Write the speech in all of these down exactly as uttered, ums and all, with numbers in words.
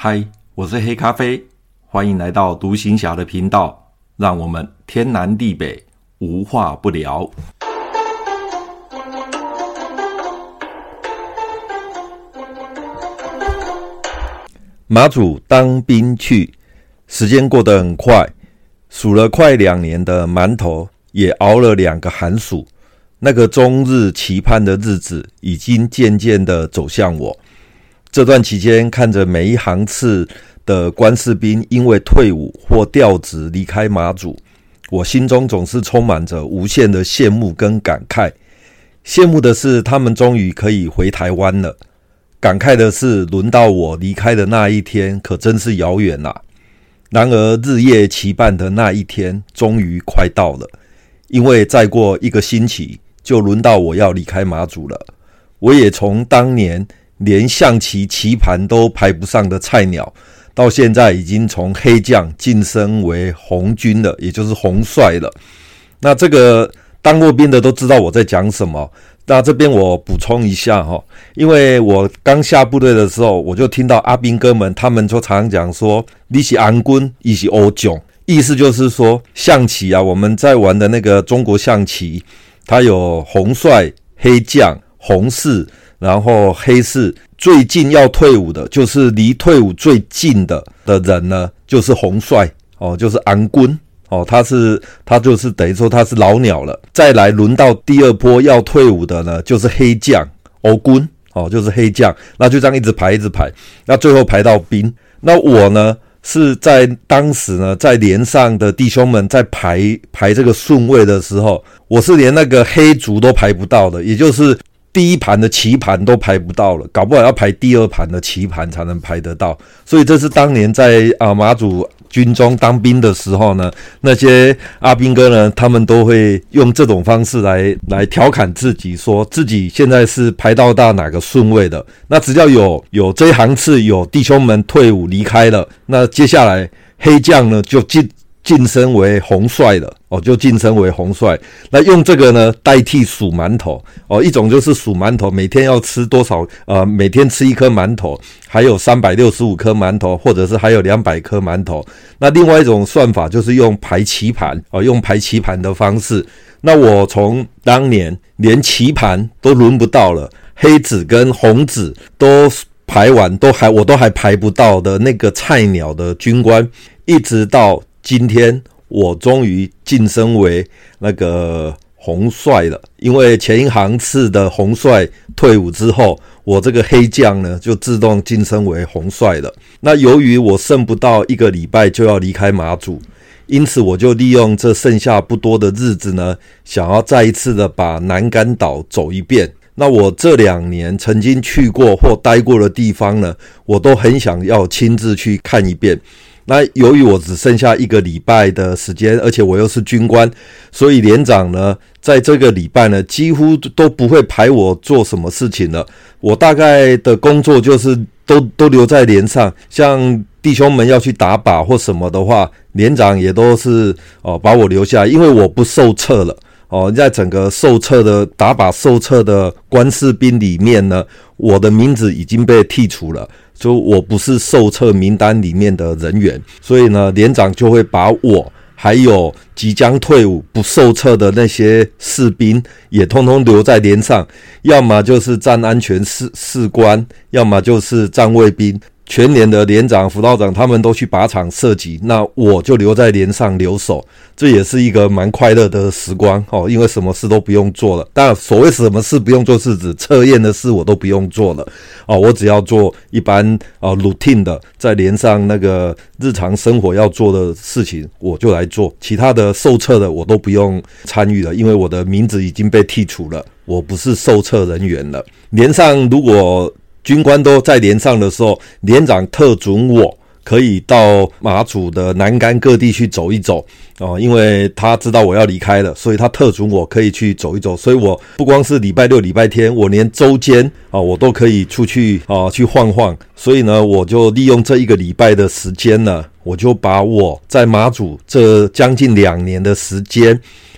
嗨，我是黑咖啡，欢迎来到独行侠的频道，让我们天南地北无话不聊。马祖当兵去，时间过得很快，数了快两年的馒头，也熬了两个寒暑。那个终日期盼的日子，已经渐渐的走向我。这段期间，看着每一行次的官士兵因为退伍或调职离开马祖，我心中总是充满着无限的羡慕跟感慨。羡慕的是他们终于可以回台湾了，感慨的是轮到我离开的那一天可真是遥远啦。然而日夜期盼的那一天终于快到了，因为再过一个星期就轮到我要离开马祖了。我也从当年连象棋棋盘都排不上的菜鸟，到现在已经从黑将晋升为红军了，也就是红帅了。那这个当过兵的都知道我在讲什么。那这边我补充一下齁，因为我刚下部队的时候，我就听到阿兵哥们他们就常常讲说，你是安军，你是欧将，意思就是说象棋啊，我们在玩的那个中国象棋，它有红帅、黑将、红士，然后黑士，最近要退伍的，就是离退伍最近的的人呢，就是红帅哦，就是安军哦，他是他就是等于说他是老鸟了。再来轮到第二波要退伍的呢，就是黑将欧军哦，就是黑将，那就这样一直排一直排，那最后排到兵。那我呢是在当时呢，在连上的弟兄们在排排这个顺位的时候，我是连那个黑卒都排不到的，也就是第一盘的棋盘都排不到了，搞不好要排第二盘的棋盘才能排得到。所以这是当年在啊马祖军中当兵的时候呢，那些阿兵哥呢，他们都会用这种方式来来调侃自己，说自己现在是排到到哪个顺位的。那只要有有这一行次有弟兄们退伍离开了，那接下来黑将呢就进晋升为红帅了哦，就晋升为红帅。那用这个呢代替数馒头哦，一种就是数馒头，每天要吃多少呃，每天吃一颗馒头，还有三百六十五颗馒头，或者是还有两百颗馒头。那另外一种算法就是用排棋盘哦，用排棋盘的方式。那我从当年连棋盘都轮不到了，黑子跟红子都排完，都还我都还排不到的那个菜鸟的军官，一直到今天我终于晋升为那个红帅了。因为前一行次的红帅退伍之后，我这个黑将呢就自动晋升为红帅了。那由于我剩不到一个礼拜就要离开马祖，因此我就利用这剩下不多的日子呢，想要再一次的把南竿岛走一遍。那我这两年曾经去过或待过的地方呢，我都很想要亲自去看一遍。那由于我只剩下一个礼拜的时间，而且我又是军官，所以连长呢在这个礼拜呢几乎都不会排我做什么事情了。我大概的工作就是都都留在连上，像弟兄们要去打靶或什么的话，连长也都是哦把我留下来，因为我不受册了哦，在整个受册的打靶受册的官士兵里面呢，我的名字已经被剔除了，所以我不是受册名单里面的人员。所以呢，连长就会把我还有即将退伍不受册的那些士兵也通通留在连上，要么就是站安全士士官，要么就是站卫兵。全连的连长、辅导长他们都去靶场射击，那我就留在连上留守，这也是一个蛮快乐的时光哦，因为什么事都不用做了。当然，所谓什么事不用做，是指测验的事我都不用做了哦，我只要做一般呃 routine 的在连上那个日常生活要做的事情，我就来做，其他的受测的我都不用参与了，因为我的名字已经被剔除了，我不是受测人员了。连上如果军官都在连上的时候，连长特准我可以到马祖的南竿各地去走一走哦，因为他知道我要离开了，所以他特准我可以去走一走。所以我不光是礼拜六、礼拜天，我连周间啊我都可以出去啊去晃晃。所以呢，我就利用这一个礼拜的时间呢，我就把我在马祖这将近两年的时间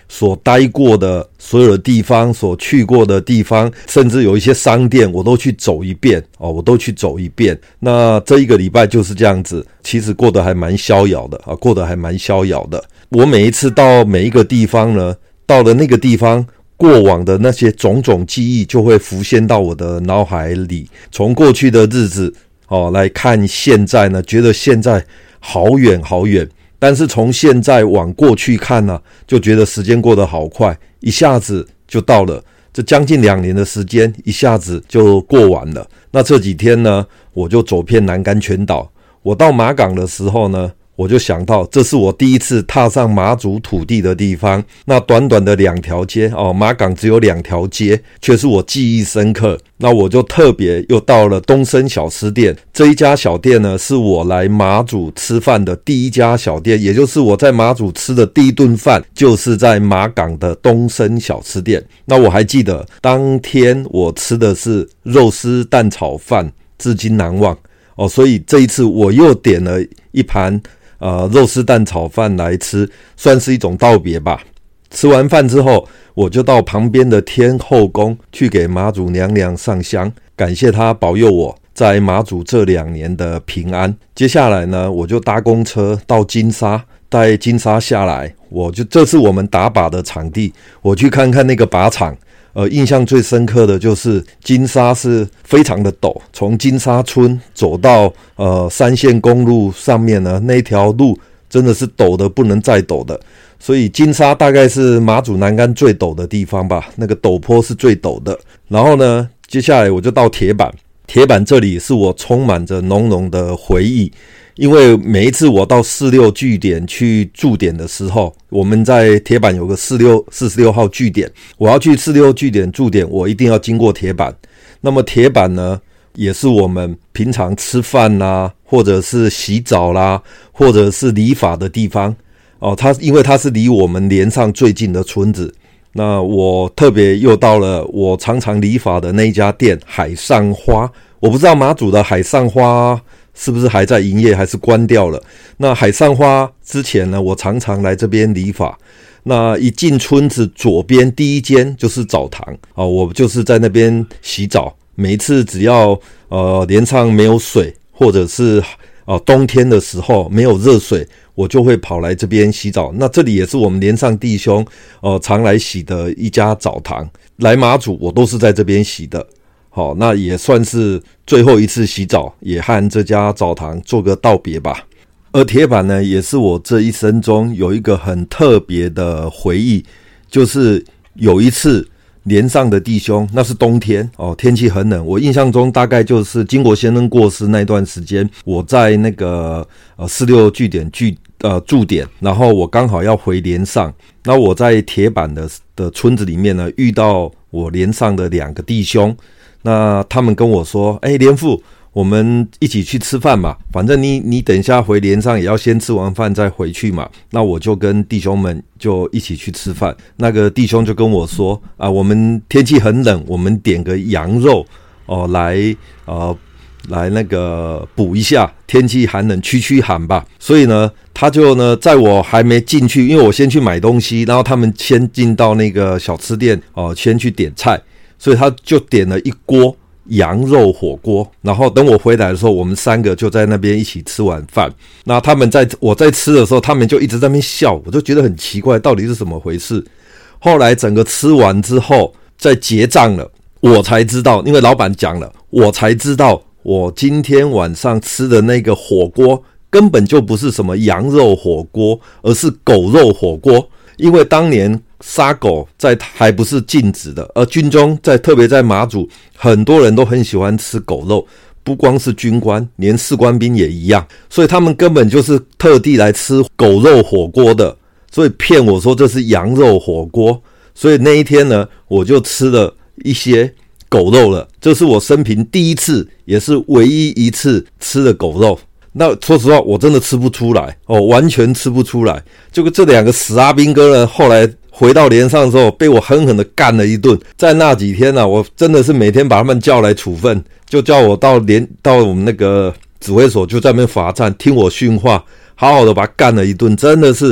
所待过的所有的地方，所去过的地方，甚至有一些商店我都去走一遍哦，我都去走一遍。那这一个礼拜就是这样子，其实过得还蛮逍遥的啊，过得还蛮逍遥的。我每一次到每一个地方呢，到了那个地方，过往的那些种种记忆就会浮现到我的脑海里，从过去的日子哦来看现在呢，觉得现在好远好远，但是从现在往过去看呢、啊，就觉得时间过得好快，一下子就到了，这将近两年的时间一下子就过完了。那这几天呢，我就走遍南竿全岛。我到马港的时候呢，我就想到这是我第一次踏上马祖土地的地方，那短短的两条街哦，马港只有两条街，却是我记忆深刻。那我就特别又到了东升小吃店，这一家小店呢，是我来马祖吃饭的第一家小店，也就是我在马祖吃的第一顿饭，就是在马港的东升小吃店。那我还记得当天我吃的是肉丝蛋炒饭，至今难忘哦。所以这一次我又点了一盘呃，肉丝蛋炒饭来吃，算是一种道别吧。吃完饭之后，我就到旁边的天后宫去给妈祖娘娘上香，感谢她保佑我在马祖这两年的平安。接下来呢，我就搭公车到金沙，在金沙下来，我就这是我们打靶的场地，我去看看那个靶场。呃，印象最深刻的就是金沙是非常的陡，从金沙村走到呃三线公路上面呢，那条路真的是陡的不能再陡的，所以金沙大概是马祖南竿最陡的地方吧，那个陡坡是最陡的。然后呢，接下来我就到铁板，铁板这里是我充满着浓浓的回忆。因为每一次我到四六据点去驻点的时候，我们在铁板有个四六四十六号据点，我要去四六据点驻点，我一定要经过铁板。那么铁板呢，也是我们平常吃饭啦，或者是洗澡啦，或者是理发的地方哦。它因为它是离我们连上最近的村子，那我特别又到了我常常理发的那一家店海上花。我不知道马祖的海上花是不是还在营业，还是关掉了。那海上花之前呢，我常常来这边理发。那一进村子左边第一间就是澡堂啊，我就是在那边洗澡。每一次只要呃连上没有水，或者是呃冬天的时候没有热水，我就会跑来这边洗澡。那这里也是我们连上弟兄呃常来洗的一家澡堂。来马祖我都是在这边洗的。好，那也算是最后一次洗澡，也和这家澡堂做个道别吧。而铁板呢，也是我这一生中有一个很特别的回忆，就是有一次连上的弟兄，那是冬天哦，天气很冷。我印象中大概就是经国先生过世那段时间，我在那个呃四六据点据呃驻点，然后我刚好要回连上，那我在铁板的的村子里面呢，遇到我连上的两个弟兄。那他们跟我说，诶，连父，我们一起去吃饭嘛，反正你你等一下回连上也要先吃完饭再回去嘛。那我就跟弟兄们就一起去吃饭。那个弟兄就跟我说啊，我们天气很冷，我们点个羊肉哦来呃来那个补一下，天气寒冷驱驱寒吧。所以呢，他就呢在我还没进去，因为我先去买东西，然后他们先进到那个小吃店哦，先去点菜。所以他就点了一锅羊肉火锅，然后等我回来的时候，我们三个就在那边一起吃完饭。那他们在我在吃的时候，他们就一直在那边笑，我就觉得很奇怪，到底是怎么回事。后来整个吃完之后，在结账了，我才知道，因为老板讲了，我才知道我今天晚上吃的那个火锅根本就不是什么羊肉火锅，而是狗肉火锅。因为当年杀狗在还不是禁止的，而军中在特别在马祖，很多人都很喜欢吃狗肉，不光是军官，连士官兵也一样，所以他们根本就是特地来吃狗肉火锅的，所以骗我说这是羊肉火锅。所以那一天呢，我就吃了一些狗肉了，这是我生平第一次，也是唯一一次吃的狗肉。那说实话，我真的吃不出来哦，完全吃不出来。结果这两个死阿兵哥呢，后来回到连上的时候，被我狠狠的干了一顿。在那几天呢、啊，我真的是每天把他们叫来处分，就叫我到连到我们那个指挥所，就在那边罚站，听我训话，好好的把他干了一顿。真的是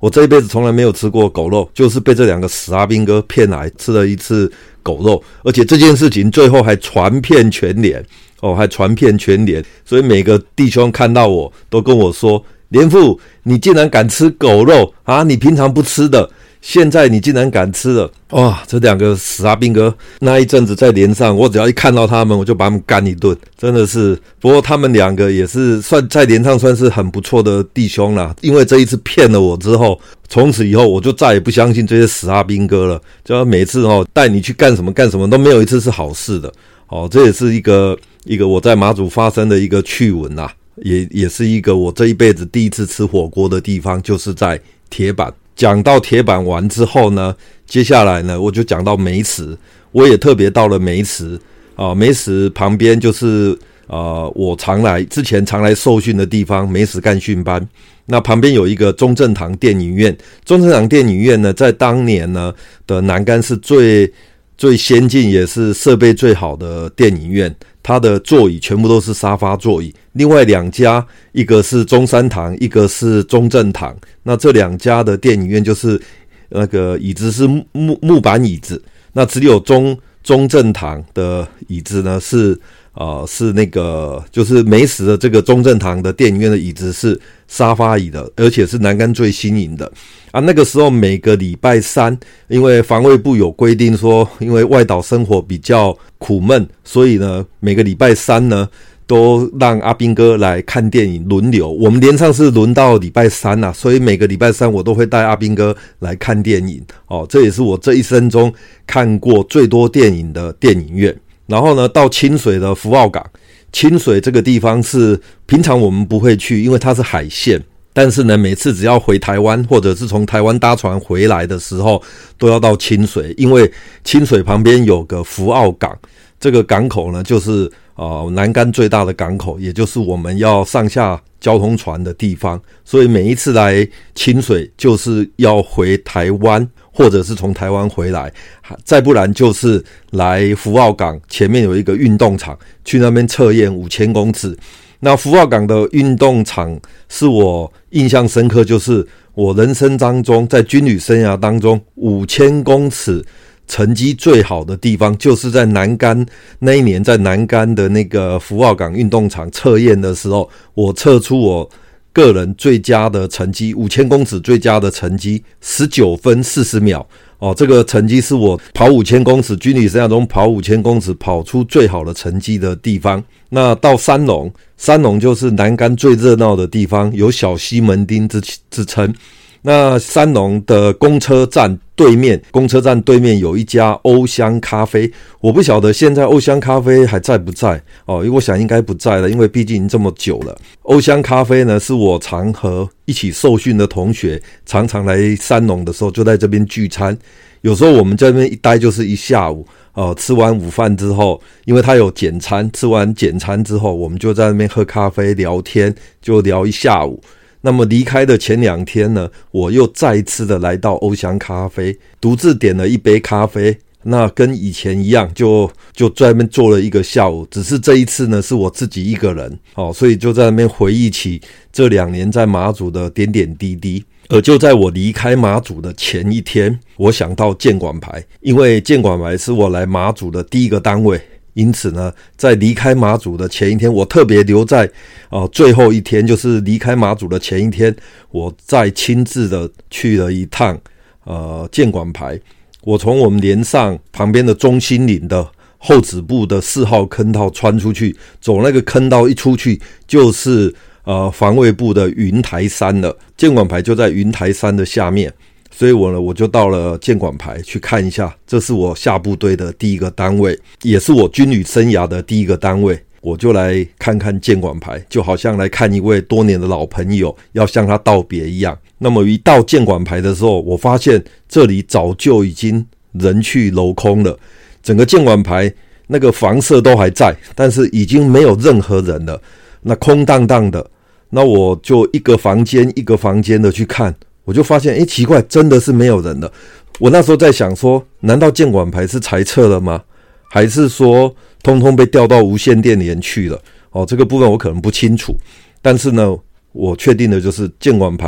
我这一辈子从来没有吃过狗肉，就是被这两个死阿兵哥骗来吃了一次狗肉，而且这件事情最后还传遍全联哦，还传遍全联，所以每个弟兄看到我都跟我说：连父，你竟然敢吃狗肉啊！你平常不吃的，现在你竟然敢吃了！哇，这两个死阿兵哥那一阵子在连上，我只要一看到他们，我就把他们干一顿，真的是。不过他们两个也是算在连上算是很不错的弟兄啦，因为这一次骗了我之后，从此以后我就再也不相信这些死阿兵哥了。就每次哦带你去干什么干什么，都没有一次是好事的。哦，这也是一个一个我在马祖发生的一个趣闻啦，也也是一个我这一辈子第一次吃火锅的地方，就是在铁板。讲到铁板完之后呢，接下来呢我就讲到梅池，我也特别到了梅池啊，梅池旁边就是呃我常来之前常来受训的地方，梅池干训班。那旁边有一个中正堂电影院，中正堂电影院呢，在当年呢的南竿是最最先进也是设备最好的电影院，它的座椅全部都是沙发座椅。另外两家，一个是中山堂，一个是中正堂。那这两家的电影院就是那个椅子是木木板椅子，那只有中中正堂的椅子呢是呃是那个就是梅石的这个中正堂的电影院的椅子是沙发椅的，而且是南竿最新颖的。啊，那个时候每个礼拜三，因为防卫部有规定说，因为外岛生活比较苦闷，所以呢，每个礼拜三呢，都让阿兵哥来看电影轮流。我们连上是轮到礼拜三啊，所以每个礼拜三我都会带阿兵哥来看电影。哦，这也是我这一生中看过最多电影的电影院。然后呢，到清水的福澳港，清水这个地方是平常我们不会去，因为它是海线。但是呢，每次只要回台湾，或者是从台湾搭船回来的时候，都要到清水，因为清水旁边有个福澳港，这个港口呢，就是呃南竿最大的港口，也就是我们要上下交通船的地方。所以每一次来清水，就是要回台湾，或者是从台湾回来，再不然就是来福澳港前面有一个运动场，去那边测验五千公尺。那福澳港的运动场是我印象深刻，就是我人生当中在军旅生涯当中五千公尺成绩最好的地方，就是在南竿那一年在南竿的那个福澳港运动场测验的时候，我测出我个人最佳的成绩，五千公尺最佳的成绩十九分四十秒。哦，这个成绩是我跑五千公尺军旅生涯中跑五千公尺跑出最好的成绩的地方。那到三龙，三龙就是南竿最热闹的地方，有小西门町之之称。那三龙的公车站对面，公车站对面有一家欧香咖啡，我不晓得现在欧香咖啡还在不在哦，因为我想应该不在了，因为毕竟这么久了。欧香咖啡呢，是我常和一起受训的同学常常来三龙的时候就在这边聚餐，有时候我们在这边一待就是一下午哦，吃完午饭之后，因为他有简餐，吃完简餐之后，我们就在那边喝咖啡聊天，就聊一下午。那么离开的前两天呢，我又再一次的来到欧香咖啡，独自点了一杯咖啡，那跟以前一样，就就在那边坐了一个下午，只是这一次呢是我自己一个人，哦，所以就在那边回忆起这两年在马祖的点点滴滴。而就在我离开马祖的前一天，我想到建管排，因为建管排是我来马祖的第一个单位，因此呢，在离开马祖的前一天，我特别留在呃最后一天，就是离开马祖的前一天，我再亲自的去了一趟呃建管排。我从我们连上旁边的中心岭的后指部的四号坑道穿出去，走那个坑道一出去就是呃防卫部的云台山了。建管排就在云台山的下面。所以我呢，我就到了建管排去看一下，这是我下部队的第一个单位，也是我军旅生涯的第一个单位。我就来看看建管排，就好像来看一位多年的老朋友，要向他道别一样。那么一到建管排的时候，我发现这里早就已经人去楼空了，整个建管排那个房舍都还在，但是已经没有任何人了，那空荡荡的。那我就一个房间一个房间的去看，我就发现，诶，奇怪，真的是没有人了。我那时候在想说，难道建管排是裁撤了吗？还是说，通通被调到无线电连去了？哦，这个部分我可能不清楚。但是呢，我确定的就是建管排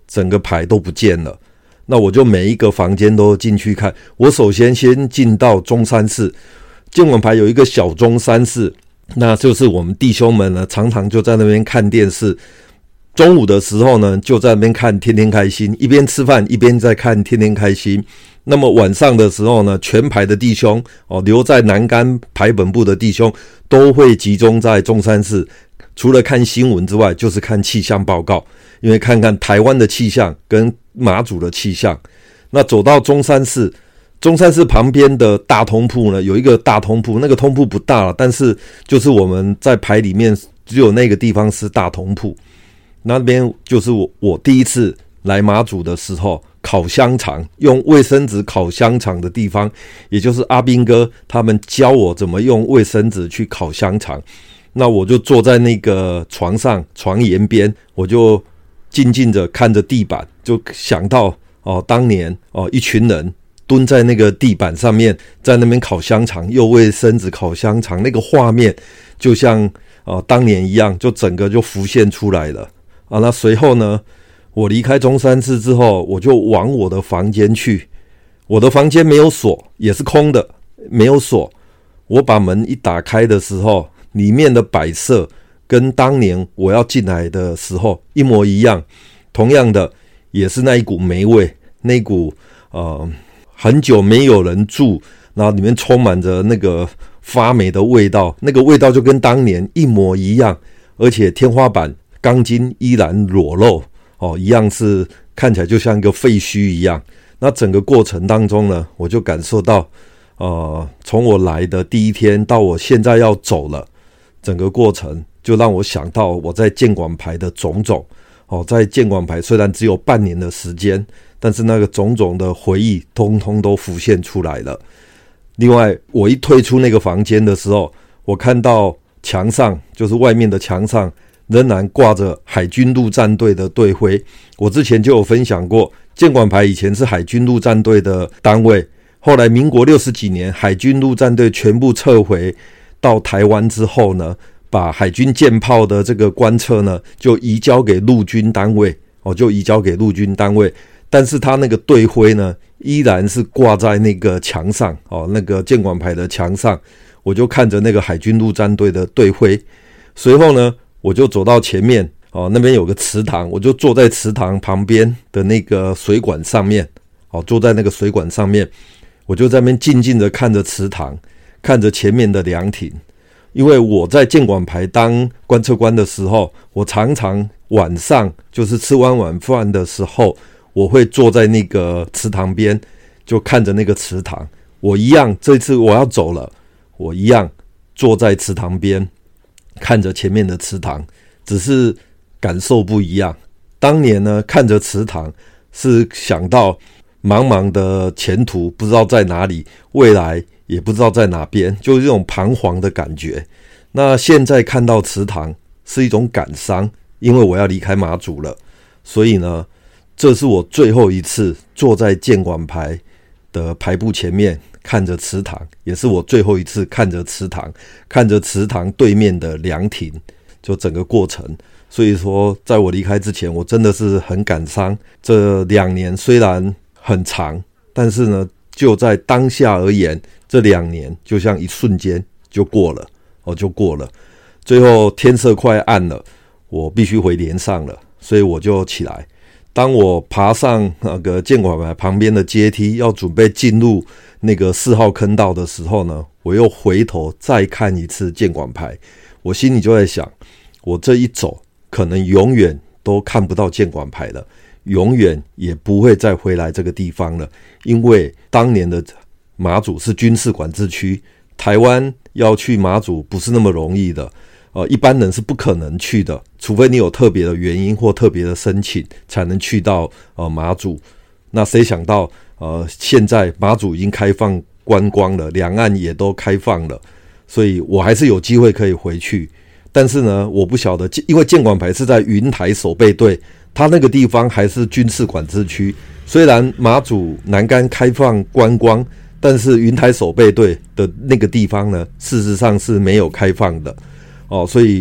整个牌都不见了。那我就每一个房间都进去看。我首先先进到中山室，建管牌有一个小中山室，那就是我们弟兄们呢常常就在那边看电视。中午的时候呢，就在那边看天天开心，一边吃饭一边在看天天开心。那么晚上的时候呢，全排的弟兄哦，留在南竿排本部的弟兄都会集中在中山室，除了看新闻之外，就是看气象报告，因为看看台湾的气象跟马祖的气象。那走到中山室，中山室旁边的大通铺呢，有一个大通铺，那个通铺不大了，但是就是我们在排里面只有那个地方是大通铺。那边就是我我第一次来马祖的时候，烤香肠用卫生纸烤香肠的地方，也就是阿兵哥他们教我怎么用卫生纸去烤香肠。那我就坐在那个床上，床沿边，我就静静的看着地板，就想到哦，当年哦，一群人蹲在那个地板上面，在那边烤香肠，用卫生纸烤香肠，那个画面就像哦当年一样，就整个就浮现出来了。啊，那随后呢，我离开中山室之后，我就往我的房间去。我的房间没有锁，也是空的，没有锁。我把门一打开的时候，里面的摆设跟当年我要进来的时候一模一样。同样的，也是那一股霉味，那一股呃很久没有人住，然后里面充满着那个发霉的味道，那个味道就跟当年一模一样，而且天花板钢筋依然裸露哦，一样是看起来就像一个废墟一样。那整个过程当中呢，我就感受到，呃，从我来的第一天到我现在要走了，整个过程就让我想到我在建管牌的种种哦，在建管牌虽然只有半年的时间，但是那个种种的回忆通通都浮现出来了。另外，我一退出那个房间的时候，我看到墙上，就是外面的墙上，仍然挂着海军陆战队的队徽。我之前就有分享过，建管牌以前是海军陆战队的单位，后来民国六十几年海军陆战队全部撤回到台湾之后呢，把海军舰炮的这个观测呢就移交给陆军单位哦，就移交给陆军单位，但是他那个队徽呢依然是挂在那个墙上哦，那个建管牌的墙上。我就看着那个海军陆战队的队徽，随后呢我就走到前面哦，那边有个池塘，我就坐在池塘旁边的那个水管上面哦，坐在那个水管上面，我就在那边静静的看着池塘，看着前面的凉亭。因为我在建管牌当观测官的时候，我常常晚上就是吃完晚饭的时候，我会坐在那个池塘边，就看着那个池塘。我一样，这次我要走了，我一样坐在池塘边，看着前面的池塘，只是感受不一样。当年呢，看着池塘是想到茫茫的前途不知道在哪里，未来也不知道在哪边，就是这种彷徨的感觉。那现在看到池塘是一种感伤，因为我要离开马祖了，所以呢，这是我最后一次坐在建管牌的牌布前面看着池塘，也是我最后一次看着池塘，看着池塘对面的凉亭，就整个过程。所以说在我离开之前，我真的是很感伤。这两年虽然很长，但是呢就在当下而言，这两年就像一瞬间就过了哦，就过了。最后天色快暗了，我必须回连上了，所以我就起来。当我爬上那个建管牌旁边的阶梯，要准备进入那个四号坑道的时候呢，我又回头再看一次建管牌，我心里就在想，我这一走可能永远都看不到建管牌了，永远也不会再回来这个地方了。因为当年的马祖是军事管制区，台湾要去马祖不是那么容易的，呃，一般人是不可能去的，除非你有特别的原因或特别的申请才能去到呃马祖。那谁想到呃现在马祖已经开放观光了，两岸也都开放了，所以我还是有机会可以回去。但是呢，我不晓得，因为建管牌是在云台守备队，它那个地方还是军事管制区。虽然马祖南竿开放观光，但是云台守备队的那个地方呢，事实上是没有开放的哦。所以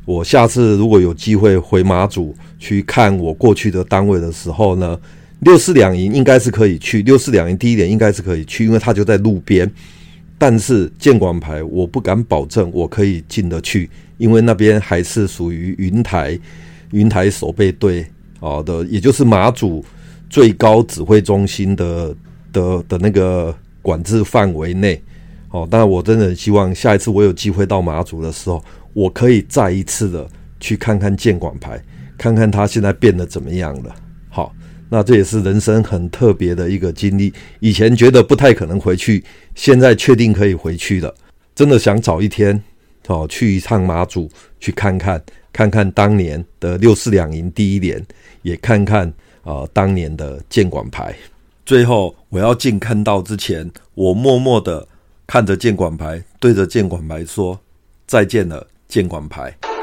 我下次如果有机会回马祖去看我过去的单位的时候呢，六四两营应该是可以去，六四两营第一点应该是可以去，因为它就在路边。但是建管排我不敢保证我可以进得去，因为那边还是属于云台云台守备队哦的，也就是马祖最高指挥中心的的的那个管制范围内。哦，当然我真的很希望下一次我有机会到马祖的时候，我可以再一次的去看看建管排，看看它现在变得怎么样了。好，那这也是人生很特别的一个经历，以前觉得不太可能回去，现在确定可以回去了。真的想找一天哦，去一趟马祖，去看看看看当年的六四两营第一连，也看看呃当年的建管排。最后我要进看到之前，我默默的看着建管排，对着建管排说再见了，建管排。